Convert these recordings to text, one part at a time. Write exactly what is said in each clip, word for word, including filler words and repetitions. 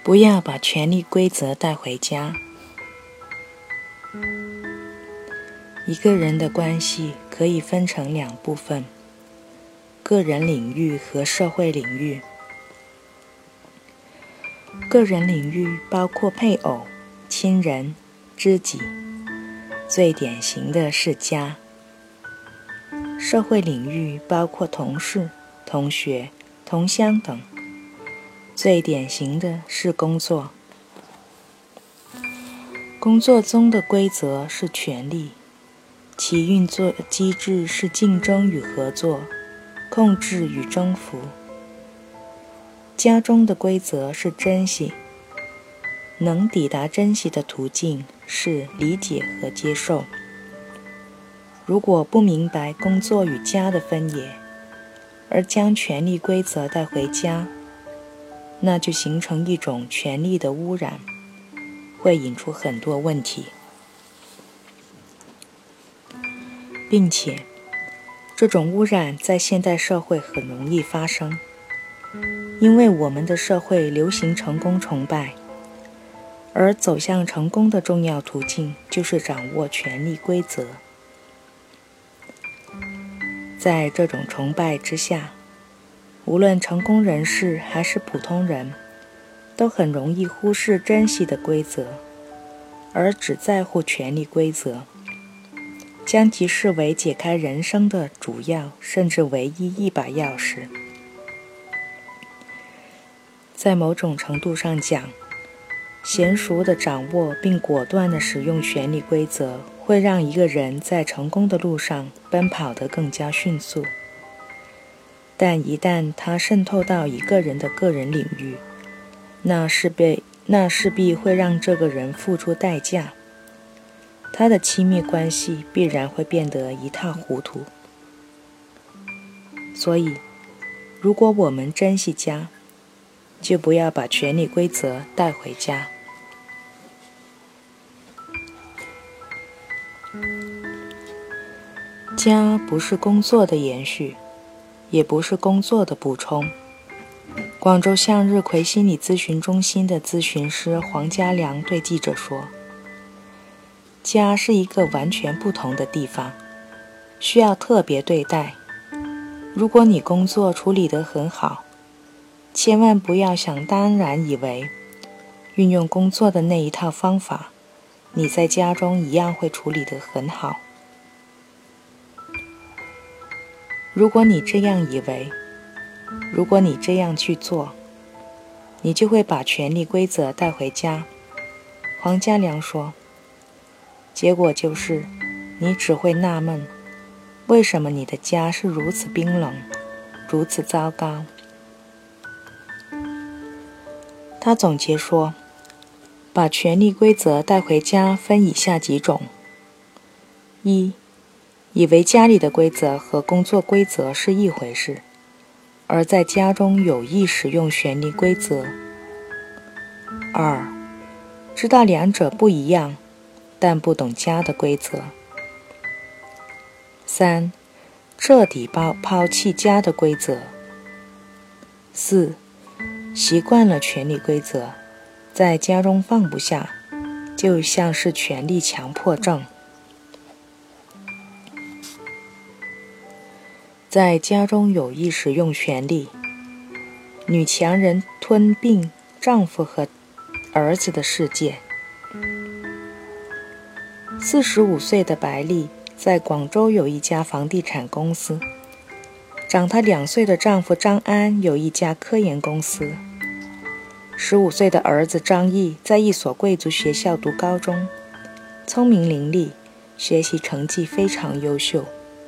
不要把权力规则带回家。一个人的关系可以分成两部分：个人领域和社会领域。个人领域包括配偶、亲人、知己，最典型的是家。社会领域包括同事、同学、同乡等，最典型的是工作。工作中的规则是权力，其运作机制是竞争与合作，控制与征服。家中的规则是珍惜，能抵达珍惜的途径是理解和接受。如果不明白工作与家的分野，而将权力规则带回家，那就形成一种权力的污染，会引出很多问题，并且这种污染在现代社会很容易发生，因为我们的社会流行成功崇拜，而走向成功的重要途径就是掌握权力规则。在这种崇拜之下，无论成功人士还是普通人，都很容易忽视珍惜的规则，而只在乎权力规则，将其视为解开人生的主要甚至唯一一把钥匙。在某种程度上讲，娴熟地掌握并果断地使用权力规则，会让一个人在成功的路上奔跑得更加迅速。但一旦它渗透到一个人的个人领域，那势必那势必会让这个人付出代价，他的亲密关系必然会变得一塌糊涂。所以，如果我们珍惜家，就不要把权力规则带回家。家不是工作的延续，也不是工作的补充。广州向日葵心理咨询中心的咨询师黄家良对记者说，家是一个完全不同的地方，需要特别对待。如果你工作处理得很好，千万不要想当然以为运用工作的那一套方法，你在家中一样会处理得很好。如果你这样以为，如果你这样去做，你就会把权力规则带回家。黄家良说，结果就是你只会纳闷，为什么你的家是如此冰冷，如此糟糕。他总结说，把权力规则带回家分以下几种：一、以为家里的规则和工作规则是一回事，而在家中有意使用权力规则；二、知道两者不一样，但不懂家的规则；三、彻底抛抛弃家的规则；四、习惯了权力规则，在家中放不下，就像是权力强迫症。在家中有意使用权力，女强人吞并丈夫和儿子的世界。四十五岁的白丽在广州有一家房地产公司，长她两岁的丈夫张安有一家科研公司，十五岁的儿子张毅在一所贵族学校读高中，聪明伶俐，学习成绩非常优秀。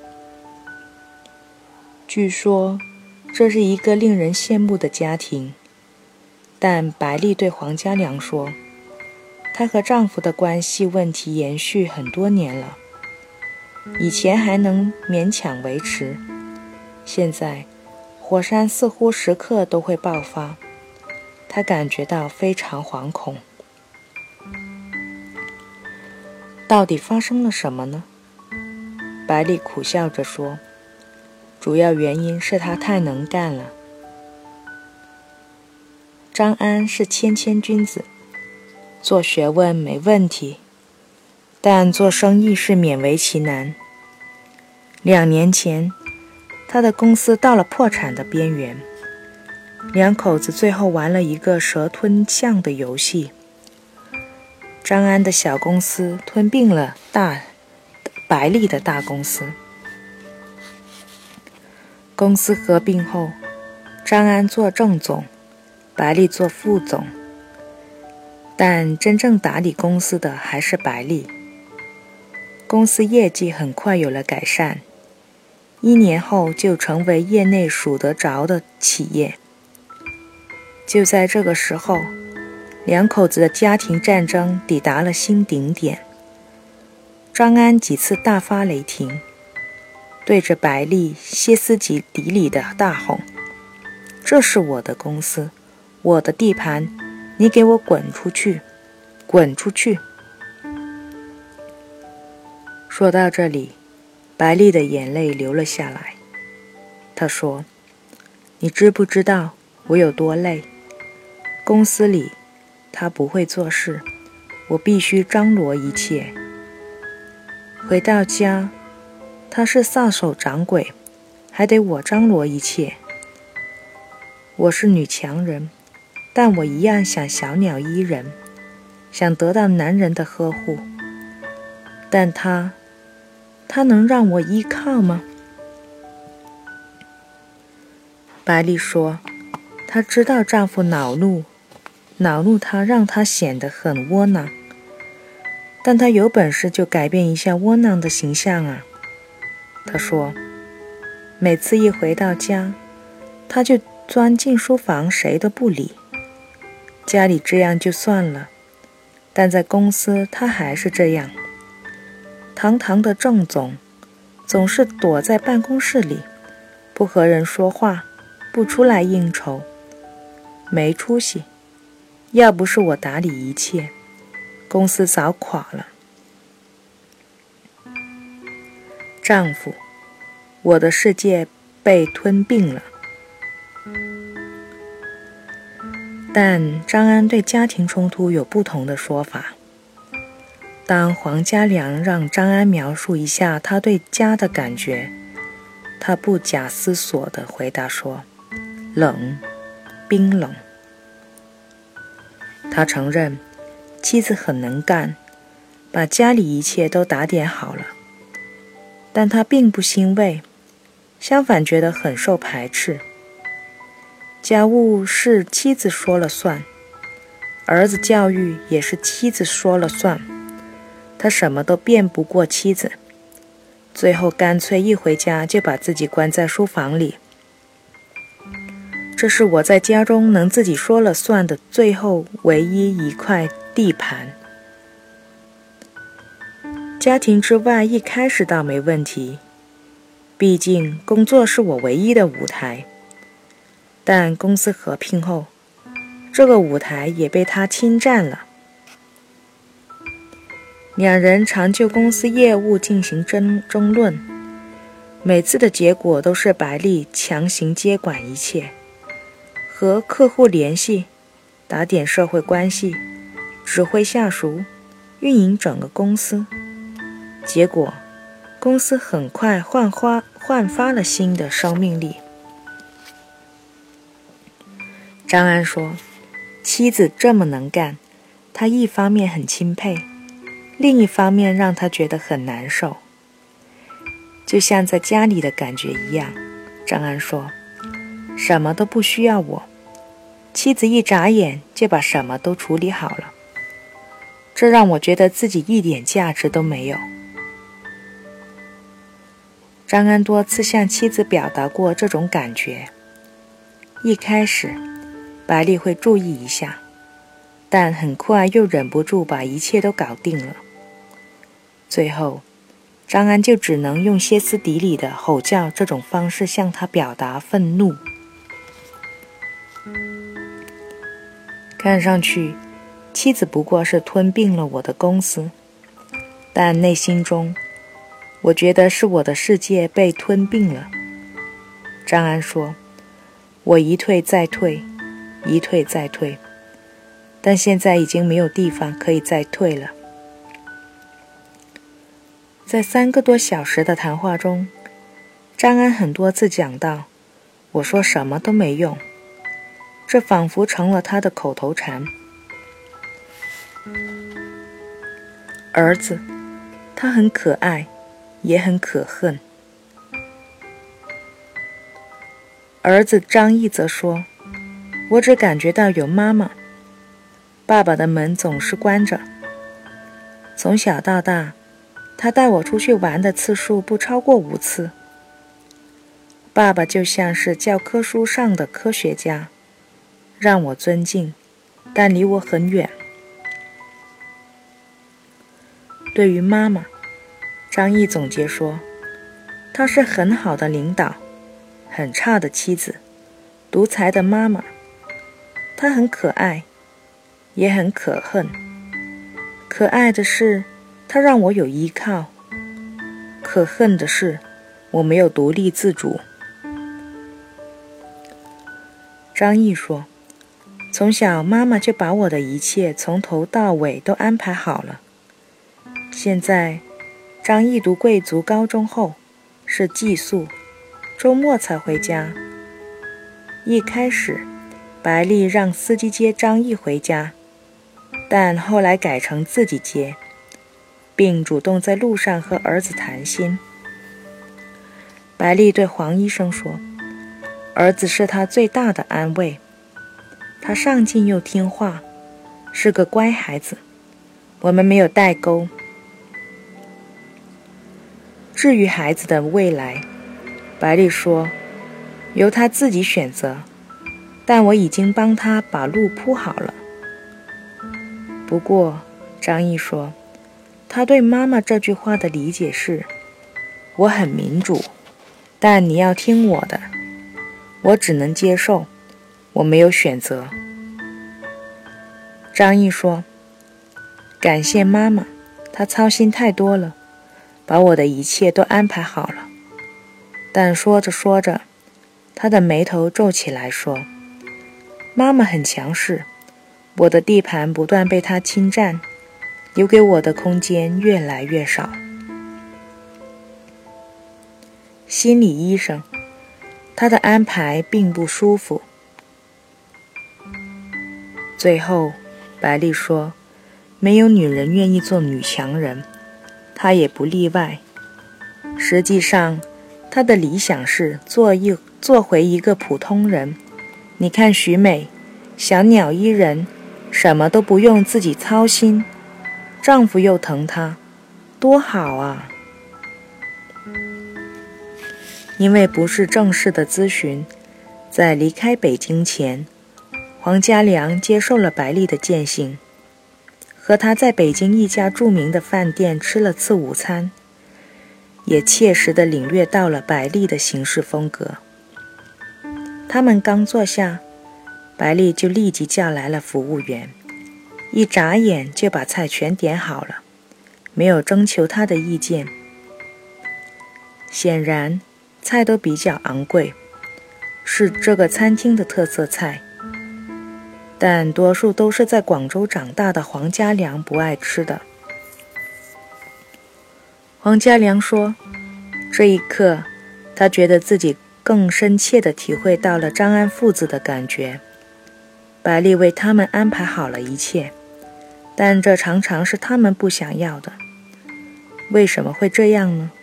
据说这是一个令人羡慕的家庭，但白丽对黄家良说，她和丈夫的关系问题延续很多年了，以前还能勉强维持，现在火山似乎时刻都会爆发，她感觉到非常惶恐。到底发生了什么呢？白丽苦笑着说，主要原因是她太能干了。 张安是谦谦君子，做学问没问题，但做生意是勉为其难。两年前，他的公司到了破产的边缘，两口子最后玩了一个蛇吞象的游戏。张安的小公司吞并了大白利的大公司。公司合并后，张安做正总，白利做副总，但真正打理公司的还是白利。公司业绩很快有了改善，一年后就成为业内数得着的企业。就在这个时候，两口子的家庭战争抵达了新顶点。张安几次大发雷霆，对着白利歇斯底里的大吼：“这是我的公司，我的地盘，你给我滚出去，滚出去！”说到这里，白利的眼泪流了下来。他说：“你知不知道我有多累？公司里他不会做事，我必须张罗一切。回到家，他是撒手掌柜，还得我张罗一切。我是女强人，但我一样想小鸟依人，想得到男人的呵护。但他，他能让我依靠吗？”白丽说，她知道丈夫恼怒，恼怒她让她显得很窝囊，但她有本事就改变一下窝囊的形象啊。她说，每次一回到家，她就钻进书房，谁都不理。家里这样就算了，但在公司她还是这样。堂堂的郑总，总是躲在办公室里，不和人说话，不出来应酬，没出息。要不是我打理一切，公司早垮了。丈夫，我的世界被吞并了。但张安对家庭冲突有不同的说法。当黄家良让张安描述一下他对家的感觉，他不假思索地回答说：“冷，冰冷。”他承认妻子很能干，把家里一切都打点好了，但他并不欣慰，相反觉得很受排斥。家务是妻子说了算，儿子教育也是妻子说了算，他什么都辩不过妻子，最后干脆一回家就把自己关在书房里。这是我在家中能自己说了算的最后唯一一块地盘。家庭之外一开始倒没问题，毕竟工作是我唯一的舞台，但公司合并后，这个舞台也被他侵占了。两人常就公司业务进行争争论，每次的结果都是白丽强行接管一切，和客户联系，打点社会关系，指挥下属，运营整个公司。结果，公司很快焕发焕发了新的生命力。张安说，妻子这么能干，他一方面很钦佩，另一方面让他觉得很难受，就像在家里的感觉一样。张安说，什么都不需要我，妻子一眨眼就把什么都处理好了，这让我觉得自己一点价值都没有。张安多次向妻子表达过这种感觉。一开始，白丽会注意一下，但很快又忍不住把一切都搞定了。最后，张安就只能用歇斯底里的吼叫这种方式向他表达愤怒。看上去，妻子不过是吞并了我的公司，但内心中，我觉得是我的世界被吞并了。张安说，我一退再退， 一退再退，但现在已经没有地方可以再退了。在三个多小时的谈话中，张安很多次讲到我说什么都没用，这仿佛成了他的口头禅。儿子，他很可爱，也很可恨。儿子张毅则说，我只感觉到有妈妈，爸爸的门总是关着。从小到大，他带我出去玩的次数不超过五次。爸爸就像是教科书上的科学家，让我尊敬，但离我很远。对于妈妈，张毅总结说，她是很好的领导，很差的妻子，独裁的妈妈。她很可爱，也很可恨。可爱的是，她让我有依靠；可恨的是，我没有独立自主。张毅说，从小妈妈就把我的一切从头到尾都安排好了。现在张毅读贵族高中后是寄宿，周末才回家。一开始白丽让司机接张毅回家，但后来改成自己接，并主动在路上和儿子谈心。白丽对黄医生说，儿子是他最大的安慰，他上进又听话，是个乖孩子，我们没有代沟。至于孩子的未来，白丽说，由他自己选择，但我已经帮他把路铺好了。不过，张毅说，他对妈妈这句话的理解是，我很民主，但你要听我的，我只能接受，我没有选择。张毅说，感谢妈妈，她操心太多了，把我的一切都安排好了。但说着说着，他的眉头皱起来说，妈妈很强势，我的地盘不断被她侵占，留给我的空间越来越少。心理医生，他的安排并不舒服。最后白丽说，没有女人愿意做女强人，她也不例外。实际上她的理想是做一做回一个普通人。你看许美，小鸟依人，什么都不用自己操心，丈夫又疼她，多好啊。因为不是正式的咨询，在离开北京前，黄家良接受了白丽的见信，和他在北京一家著名的饭店吃了次午餐，也切实地领略到了白丽的行事风格。他们刚坐下，白丽就立即叫来了服务员，一眨眼就把菜全点好了，没有征求他的意见。显然菜都比较昂贵，是这个餐厅的特色菜，但多数都是在广州长大的黄家良不爱吃的。黄家良说，这一刻他觉得自己更深切地体会到了张安父子的感觉。白丽为他们安排好了一切，但这常常是他们不想要的。为什么会这样呢？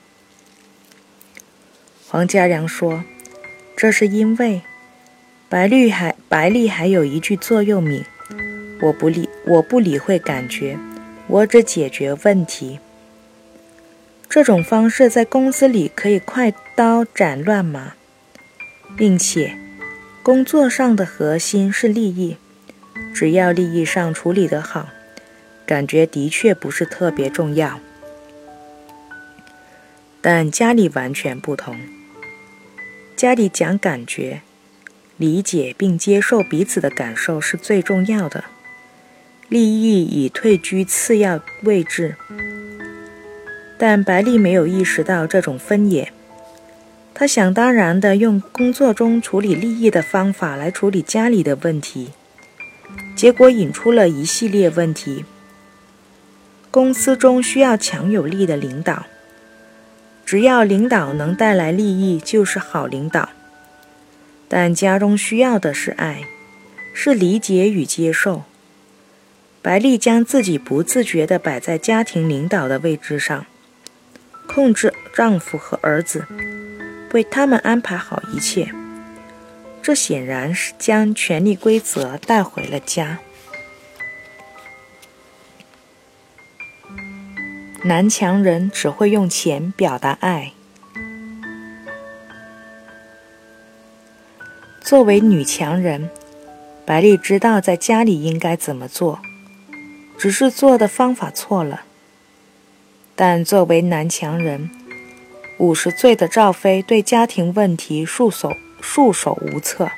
黄家良说，这是因为白丽还白丽还有一句座右铭，我不理我不理会感觉，我只解决问题。这种方式在公司里可以快刀斩乱麻，并且工作上的核心是利益，只要利益上处理得好，感觉的确不是特别重要。但家里完全不同，家里讲感觉，理解并接受彼此的感受是最重要的，利益以退居次要位置。但白丽没有意识到这种分野， 他想当然地用工作中处理利益的方法来处理家里的问题，结果引出了一系列问题。公司中需要强有力的领导，只要领导能带来利益就是好领导。但家中需要的是爱，是理解与接受。白丽将自己不自觉地摆在家庭领导的位置上，控制丈夫和儿子，为他们安排好一切。这显然是将权力规则带回了家。男强人只会用钱表达爱。作为女强人，白丽知道在家里应该怎么做，只是做的方法错了。但作为男强人，五十岁的赵飞对家庭问题束手束手无策。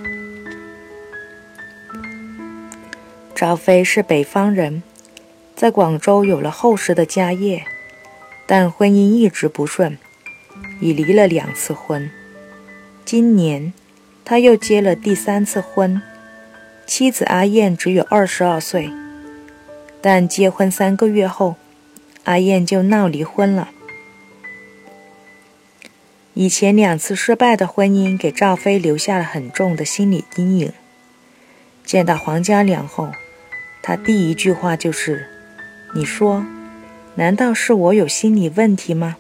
赵飞是北方人，在广州有了厚实的家业，但婚姻一直不顺，已离了两次婚。今年他又结了第三次婚，妻子阿燕只有二十二岁，但结婚三个月后，阿燕就闹离婚了。以前两次失败的婚姻给赵飞留下了很重的心理阴影。见到黄家良后，他第一句话就是：“你说，难道是我有心理问题吗？”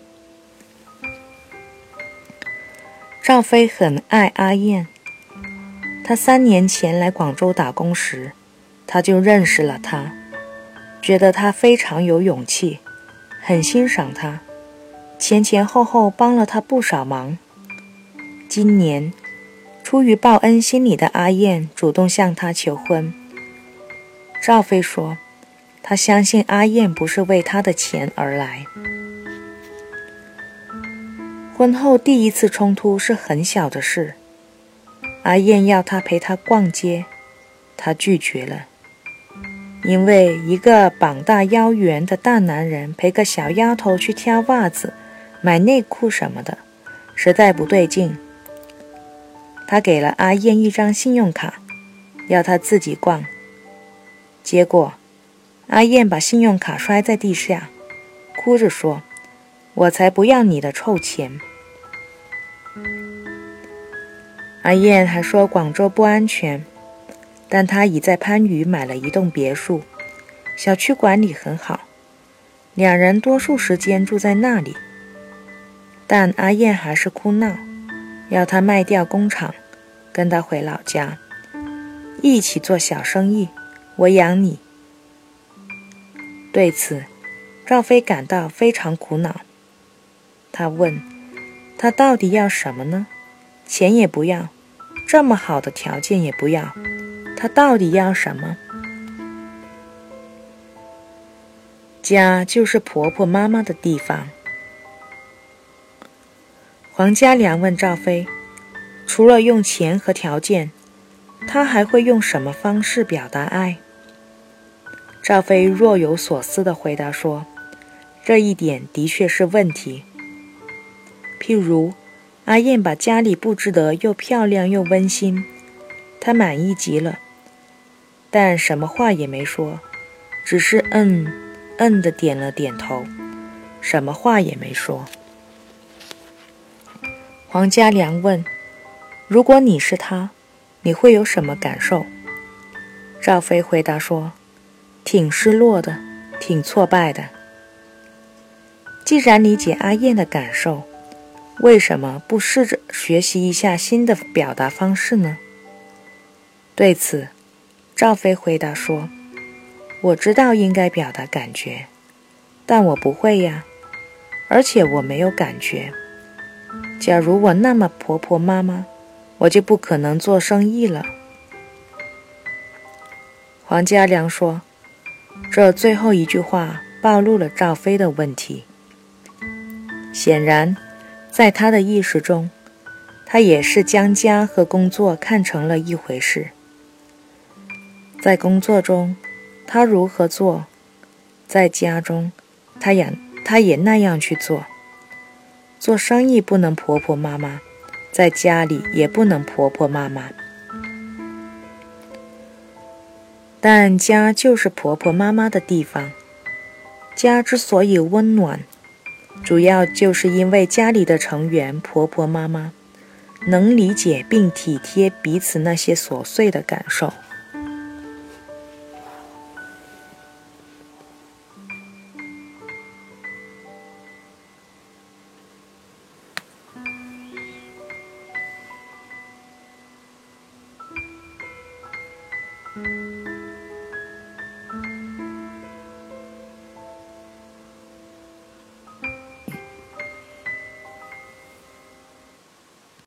赵飞很爱阿燕，他三年前来广州打工时，他就认识了她，觉得她非常有勇气，很欣赏她，前前后后帮了她不少忙。今年，出于报恩心理的阿燕主动向他求婚。赵飞说，他相信阿燕不是为他的钱而来。婚后第一次冲突是很小的事，阿燕要他陪她逛街，他拒绝了，因为一个膀大腰圆的大男人陪个小丫头去挑袜子、买内裤什么的，实在不对劲。他给了阿燕一张信用卡，要她自己逛。结果，阿燕把信用卡摔在地下，哭着说：“我才不要你的臭钱。”阿燕还说广州不安全，但她已在番禺买了一栋别墅，小区管理很好，两人多数时间住在那里。但阿燕还是哭闹，要她卖掉工厂，跟她回老家，一起做小生意，我养你。对此，赵飞感到非常苦恼。他问，他到底要什么呢？钱也不要，这么好的条件也不要，他到底要什么？家就是婆婆妈妈的地方。黄家良问赵飞，除了用钱和条件，他还会用什么方式表达爱？赵飞若有所思地回答说，这一点的确是问题。譬如，阿燕把家里布置得又漂亮又温馨，她满意极了，但什么话也没说，只是嗯嗯地点了点头，什么话也没说。黄家良问，如果你是他，你会有什么感受？赵飞回答说，挺失落的，挺挫败的。既然理解阿燕的感受，为什么不试着学习一下新的表达方式呢？对此，赵飞回答说，我知道应该表达感觉，但我不会呀，而且我没有感觉。假如我那么婆婆妈妈，我就不可能做生意了。黄家良说，这最后一句话暴露了赵飞的问题。显然，在他的意识中，他也是将家和工作看成了一回事。在工作中，他如何做，在家中，他也他也那样去做。 做生意不能婆婆妈妈，在家里也不能婆婆妈妈。但家就是婆婆妈妈的地方。家之所以温暖，主要就是因为家里的成员婆婆妈妈能理解并体贴彼此那些琐碎的感受。